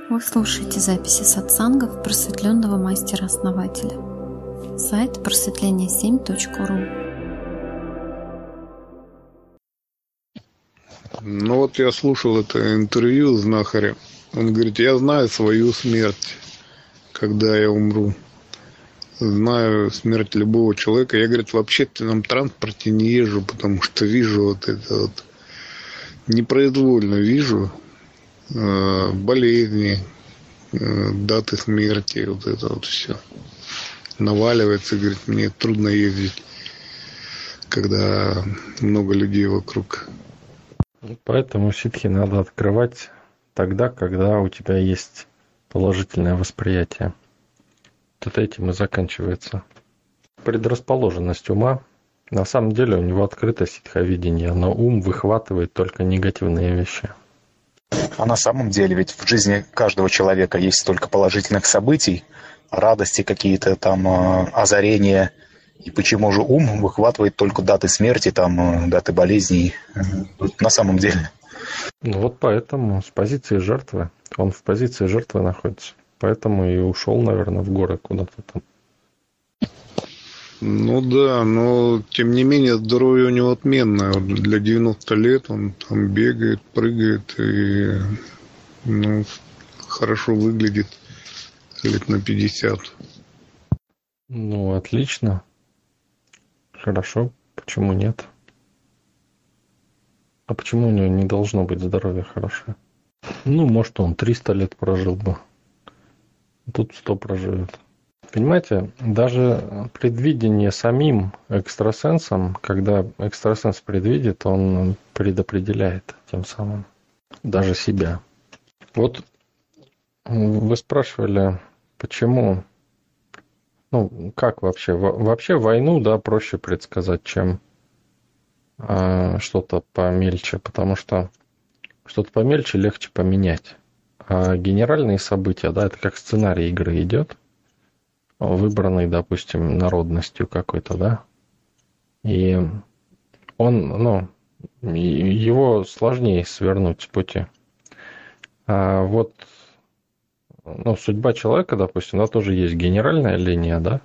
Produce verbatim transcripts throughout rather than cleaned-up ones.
Вы слушаете записи сатсангов просветленного мастера-основателя. Сайт просветление семь точка ру. Ну вот я слушал это интервью знахаря. Он говорит, я знаю свою смерть, когда я умру. Знаю смерть любого человека. Я, говорит, в общественном транспорте не езжу, потому что вижу вот это вот. Непроизвольно вижу э, болезни, э, даты смерти, вот это вот все. Наваливается, говорит, мне трудно ездить, когда много людей вокруг. Поэтому ситхи надо открывать тогда, когда у тебя есть положительное восприятие. Вот этим и заканчивается. Предрасположенность ума. На самом деле у него открыто ситховидение, но ум выхватывает только негативные вещи. А на самом деле ведь в жизни каждого человека есть столько положительных событий, радости какие-то там, озарения. И почему же ум выхватывает только даты смерти, там, даты болезней на самом деле? Ну вот поэтому с позиции жертвы, он в позиции жертвы находится. Поэтому и ушел, наверное, в горы куда-то там. Ну да, но тем не менее здоровье у него отменное. Вот для девяноста лет он там бегает, прыгает и ну, хорошо выглядит лет на пятьдесят. Ну, отлично. Хорошо. Почему нет? А почему у него не должно быть здоровья хорошее? Ну, может, он триста лет прожил бы. Тут сто проживет. Понимаете, даже предвидение самим экстрасенсом, когда экстрасенс предвидит, он предопределяет тем самым даже себя. Вот вы спрашивали, почему, ну, как вообще? Вообще войну, да, проще предсказать, чем а, что-то помельче, потому что что-то помельче легче поменять. А генеральные события, да, это как сценарий игры идет, выбранный, допустим, народностью какой-то, да, и он, ну, его сложнее свернуть с пути. А вот, ну, судьба человека, допустим, да, тоже есть генеральная линия, да,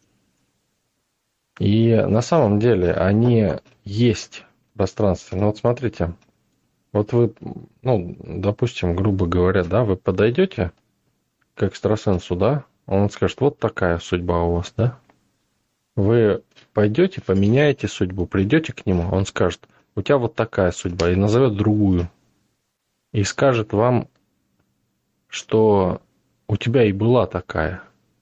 и на самом деле они есть в пространстве. Ну, вот смотрите, вот вы, ну, допустим, грубо говоря, да, вы подойдете к экстрасенсу, да, он скажет, вот такая судьба у вас, да? Вы пойдете, поменяете судьбу, придете к нему, он скажет, у тебя вот такая судьба, и назовет другую. И скажет вам, что у тебя и была такая.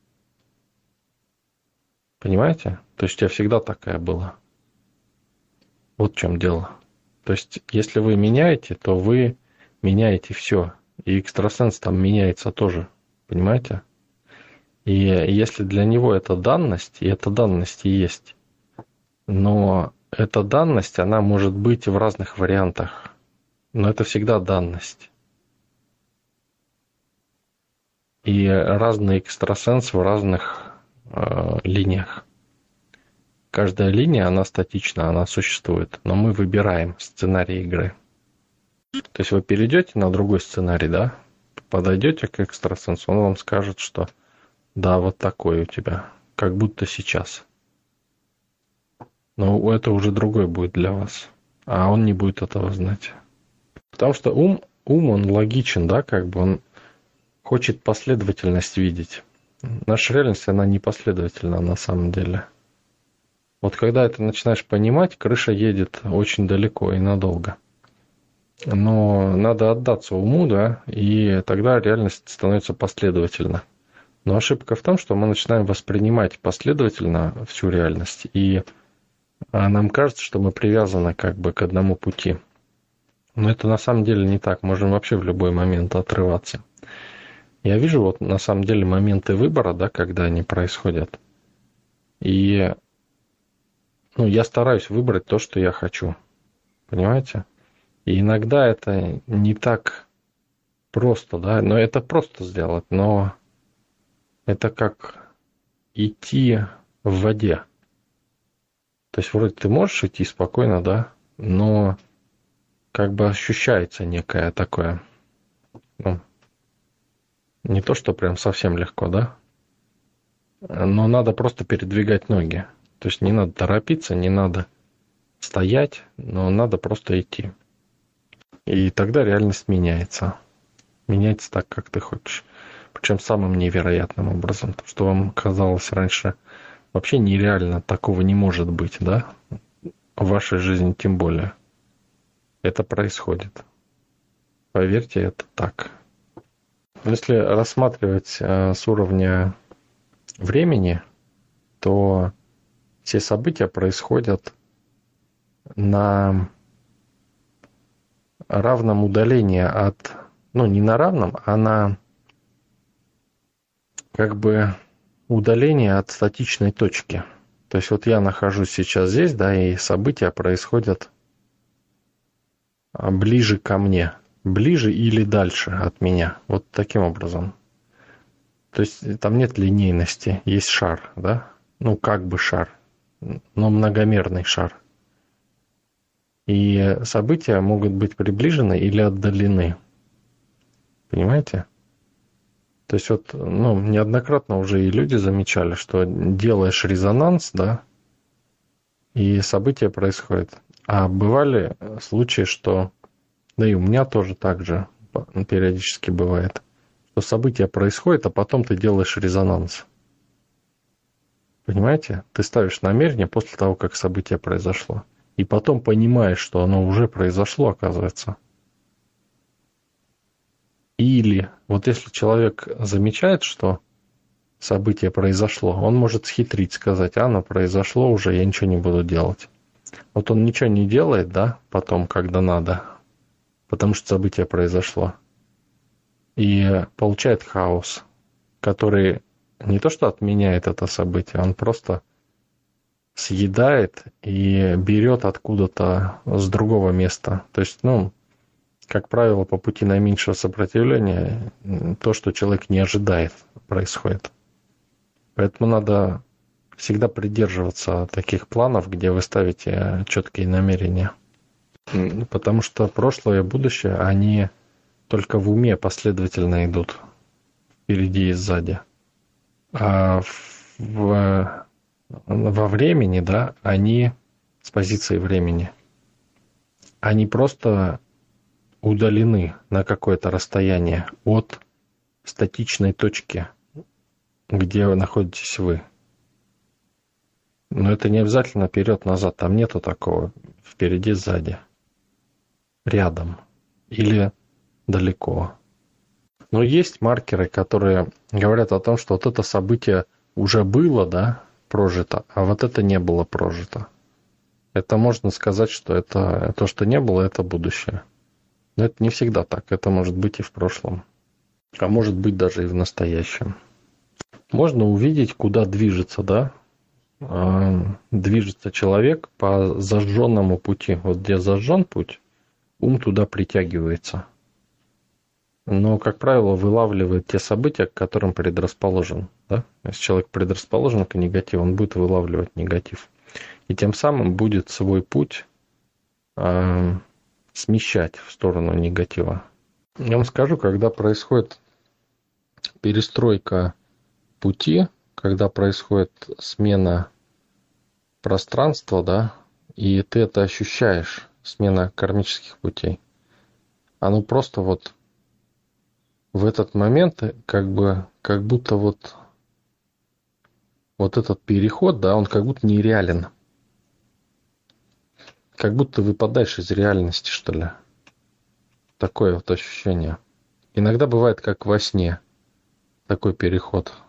Понимаете? То есть у тебя всегда такая была. Вот в чем дело. То есть, если вы меняете, то вы меняете все. И экстрасенс там меняется тоже. Понимаете? И если для него это данность, и эта данность и есть, но эта данность, она может быть в разных вариантах, но это всегда данность. И разный экстрасенс в разных э, линиях. Каждая линия, она статична, она существует, но мы выбираем сценарий игры. То есть вы перейдете на другой сценарий, да, подойдете к экстрасенсу, он вам скажет, что да, вот такой у тебя, как будто сейчас. Но это уже другой будет для вас, а он не будет этого знать. Потому что ум, ум, он логичен, да, как бы он хочет последовательность видеть. Наша реальность, она непоследовательна на самом деле. Вот когда это начинаешь понимать, крыша едет очень далеко и надолго. Но надо отдаться уму, да, и тогда реальность становится последовательна. Но ошибка в том, что мы начинаем воспринимать последовательно всю реальность, и нам кажется, что мы привязаны как бы к одному пути. Но это на самом деле не так. Можем вообще в любой момент отрываться. Я вижу вот на самом деле моменты выбора, да, когда они происходят. И ну, я стараюсь выбрать то, что я хочу. Понимаете? И иногда это не так просто, да, но это просто сделать, но это как идти в воде. То есть вроде ты можешь идти спокойно, да, но как бы ощущается некое такое, ну, то, что прям совсем легко, да? Но надо просто передвигать ноги. То есть не надо торопиться, не надо стоять, но надо просто идти. И тогда реальность меняется. Меняется так, как ты хочешь. Причем самым невероятным образом. То, что вам казалось раньше вообще нереально, такого не может быть, да? В вашей жизни тем более. Это происходит. Поверьте, это так. Если рассматривать э, с уровня времени, то все события происходят на равном удалении от... Ну, не на равном, а на как бы удалении от статичной точки. То есть вот я нахожусь сейчас здесь, да, и события происходят ближе ко мне. Ближе или дальше от меня. Вот таким образом. То есть там нет линейности, есть шар, да? Ну, как бы шар, но многомерный шар. И события могут быть приближены или отдалены. Понимаете? То есть вот, ну, неоднократно уже и люди замечали, что делаешь резонанс, да, и события происходят. А бывали случаи, что, да и у меня тоже так же периодически бывает, что события происходят, а потом ты делаешь резонанс. Понимаете? Ты ставишь намерение после того, как событие произошло. И потом понимаешь, что оно уже произошло, оказывается. Или вот если человек замечает, что событие произошло, он может схитрить, сказать: а, оно произошло уже, я ничего не буду делать. Вот он ничего не делает, да, потом, когда надо, потому что событие произошло. И получает хаос, который не то что отменяет это событие, он просто съедает и берет откуда-то с другого места. То есть, ну, как правило, по пути наименьшего сопротивления то, что человек не ожидает, происходит. Поэтому надо всегда придерживаться таких планов, где вы ставите четкие намерения. Потому что прошлое и будущее, они только в уме последовательно идут, впереди и сзади. А в, во времени, да, они с позиции времени, они просто удалены на какое-то расстояние от статичной точки, где вы находитесь вы. Но это не обязательно вперед-назад, там нету такого впереди-сзади, рядом или далеко. Но есть маркеры, которые говорят о том, что вот это событие уже было, да, прожито, а вот это не было прожито. Это можно сказать, что это то, что не было, это будущее. Но это не всегда так. Это может быть и в прошлом. А может быть даже и в настоящем. Можно увидеть, куда движется, да? Движется человек по зажженному пути. Вот где зажжен путь, ум туда притягивается. Но, как правило, вылавливает те события, к которым предрасположен. Да? Если человек предрасположен к негативу, он будет вылавливать негатив. И тем самым будет свой путь э, смещать в сторону негатива. Я вам скажу, когда происходит перестройка пути, когда происходит смена пространства, да, и ты это ощущаешь, смена кармических путей, оно просто вот в этот момент как бы, как будто вот, вот этот переход, да, он как будто нереален. Как будто выпадаешь из реальности, что ли. Такое вот ощущение. Иногда бывает, как во сне, такой переход.